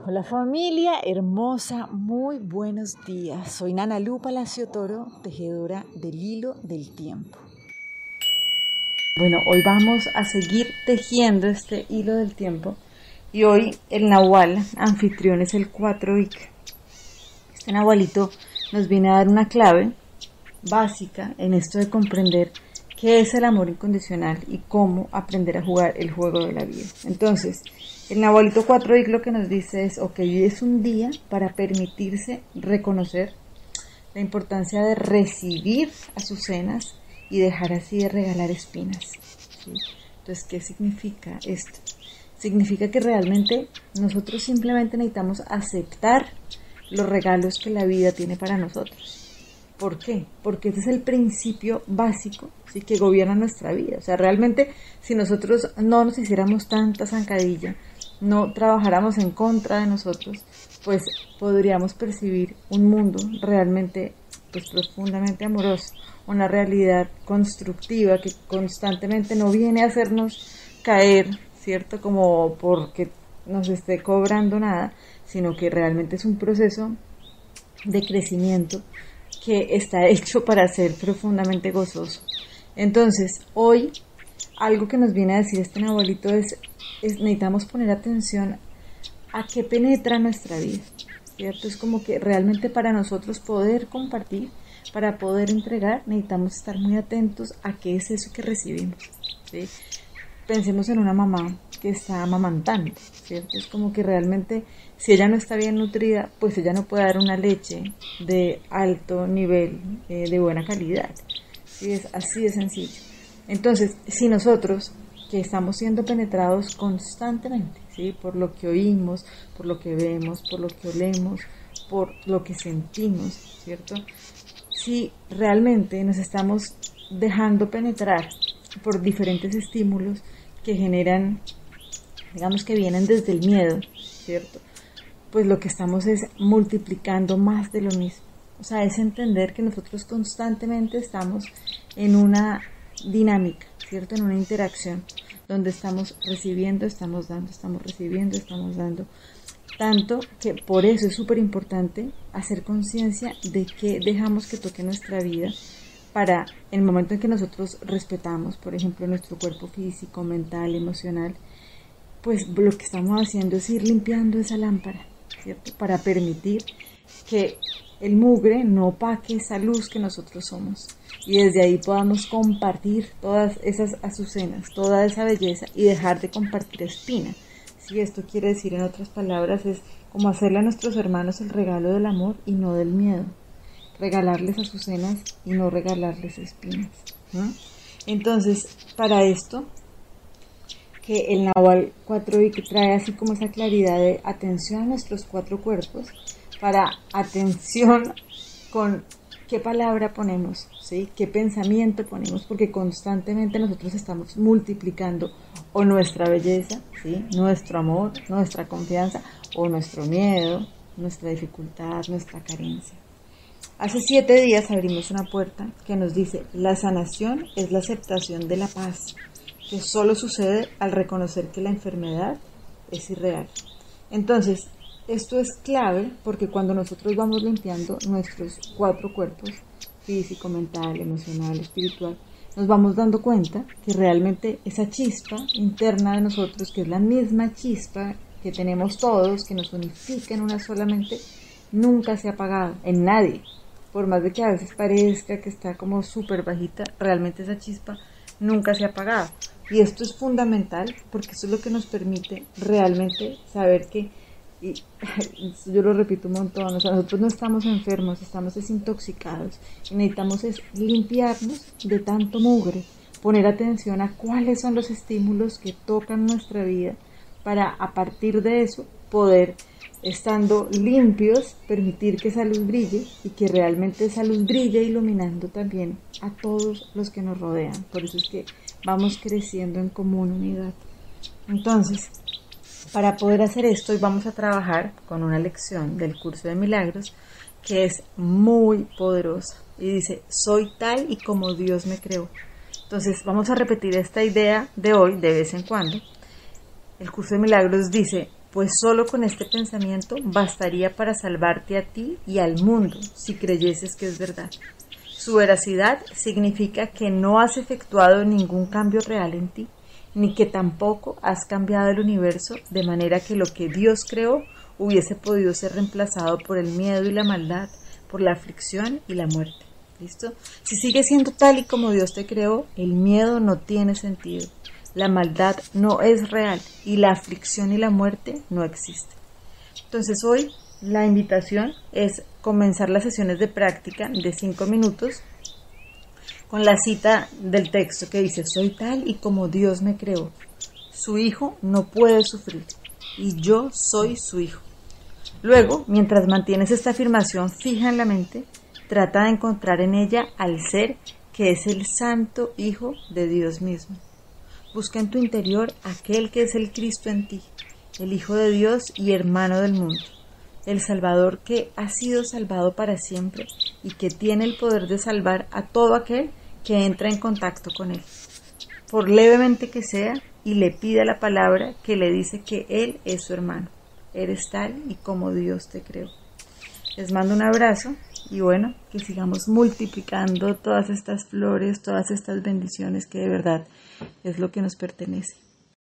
Hola familia hermosa, muy buenos días. Soy Nanalu Palacio Toro, tejedora del hilo del tiempo. Bueno, hoy vamos a seguir tejiendo este hilo del tiempo y hoy el Nahual anfitrión es el 4IC. Este Nahualito nos viene a dar una clave básica en esto de comprender qué es el amor incondicional y cómo aprender a jugar el juego de la vida. Entonces, el Nahualito 4IC lo que nos dice es, ok, es un día para permitirse reconocer la importancia de recibir azucenas y dejar así de regalar espinas, ¿sí? Entonces, ¿qué significa esto? Significa que realmente nosotros simplemente necesitamos aceptar los regalos que la vida tiene para nosotros. ¿Por qué? Porque ese es el principio básico, ¿sí?, que gobierna nuestra vida. O sea, realmente si nosotros no nos hiciéramos tanta zancadilla, no trabajáramos en contra de nosotros, pues podríamos percibir un mundo realmente, pues profundamente amoroso, una realidad constructiva que constantemente no viene a hacernos caer, ¿cierto?, como porque nos esté cobrando nada, sino que realmente es un proceso de crecimiento que está hecho para ser profundamente gozoso. Entonces, hoy, algo que nos viene a decir este Nahualito es necesitamos poner atención a qué penetra nuestra vida, ¿cierto? Es como que realmente para nosotros poder compartir, para poder entregar, necesitamos estar muy atentos a qué es eso que recibimos, ¿sí? Pensemos en una mamá que está amamantando, ¿cierto? Es como que realmente si ella no está bien nutrida, pues ella no puede dar una leche de alto nivel, de buena calidad, ¿sí? Es así de sencillo. Entonces, si nosotros que estamos siendo penetrados constantemente, ¿sí?, por lo que oímos, por lo que vemos, por lo que olemos, por lo que sentimos, ¿cierto? Si realmente nos estamos dejando penetrar por diferentes estímulos que generan, digamos que vienen desde el miedo, ¿cierto?, pues lo que estamos es multiplicando más de lo mismo. O sea, es entender que nosotros constantemente estamos en una dinámica, ¿cierto?, en una interacción, donde estamos recibiendo, estamos dando, estamos recibiendo, estamos dando. Tanto que por eso es súper importante hacer conciencia de que dejamos que toque nuestra vida para el momento en que nosotros respetamos, por ejemplo, nuestro cuerpo físico, mental, emocional, pues lo que estamos haciendo es ir limpiando esa lámpara, ¿cierto?, para permitir que el mugre no opaque esa luz que nosotros somos y desde ahí podamos compartir todas esas azucenas, toda esa belleza y dejar de compartir espina. Si esto quiere decir, en otras palabras, es como hacerle a nuestros hermanos el regalo del amor y no del miedo, regalarles azucenas y no regalarles espinas, ¿no? Entonces, para esto, que el Nahual 4IC trae así como esa claridad de atención a nuestros cuatro cuerpos, para atención con qué palabra ponemos, ¿sí?, qué pensamiento ponemos, porque constantemente nosotros estamos multiplicando o nuestra belleza, ¿sí?, nuestro amor, nuestra confianza, o nuestro miedo, nuestra dificultad, nuestra carencia. Hace 7 días abrimos una puerta que nos dice: la sanación es la aceptación de la paz, que solo sucede al reconocer que la enfermedad es irreal. Entonces, esto es clave porque cuando nosotros vamos limpiando nuestros 4 cuerpos, físico, mental, emocional, espiritual, nos vamos dando cuenta que realmente esa chispa interna de nosotros, que es la misma chispa que tenemos todos, que nos unifica en una sola mente, nunca se ha apagado en nadie. Por más de que a veces parezca que está como súper bajita, realmente esa chispa nunca se ha apagado. Y esto es fundamental porque eso es lo que nos permite realmente saber que, y yo lo repito un montón, o sea, nosotros no estamos enfermos, estamos desintoxicados y necesitamos es limpiarnos de tanto mugre, poner atención a cuáles son los estímulos que tocan nuestra vida para a partir de eso poder, estando limpios, permitir que esa luz brille y que realmente esa luz brille iluminando también a todos los que nos rodean. Por eso es que vamos creciendo en común unidad. Entonces, para poder hacer esto, hoy vamos a trabajar con una lección del curso de milagros que es muy poderosa y dice: soy tal y como Dios me creó. Entonces vamos a repetir esta idea de hoy de vez en cuando. El curso de milagros dice: pues solo con este pensamiento bastaría para salvarte a ti y al mundo si creyeses que es verdad. Su veracidad significa que no has efectuado ningún cambio real en ti, ni que tampoco has cambiado el universo de manera que lo que Dios creó hubiese podido ser reemplazado por el miedo y la maldad, por la aflicción y la muerte. ¿Listo? Si sigues siendo tal y como Dios te creó, el miedo no tiene sentido, la maldad no es real y la aflicción y la muerte no existen. Entonces hoy la invitación es comenzar las sesiones de práctica de 5 minutos con la cita del texto que dice: soy tal y como Dios me creó. Su hijo no puede sufrir y yo soy su hijo. Luego, mientras mantienes esta afirmación fija en la mente, trata de encontrar en ella al ser que es el santo Hijo de Dios mismo. Busca en tu interior aquel que es el Cristo en ti, el Hijo de Dios y hermano del mundo, el Salvador que ha sido salvado para siempre y que tiene el poder de salvar a todo aquel que entra en contacto con él, por levemente que sea, y le pida la palabra que le dice que él es su hermano. Eres tal y como Dios te creó. Les mando un abrazo y bueno, que sigamos multiplicando todas estas flores, todas estas bendiciones que de verdad es lo que nos pertenece.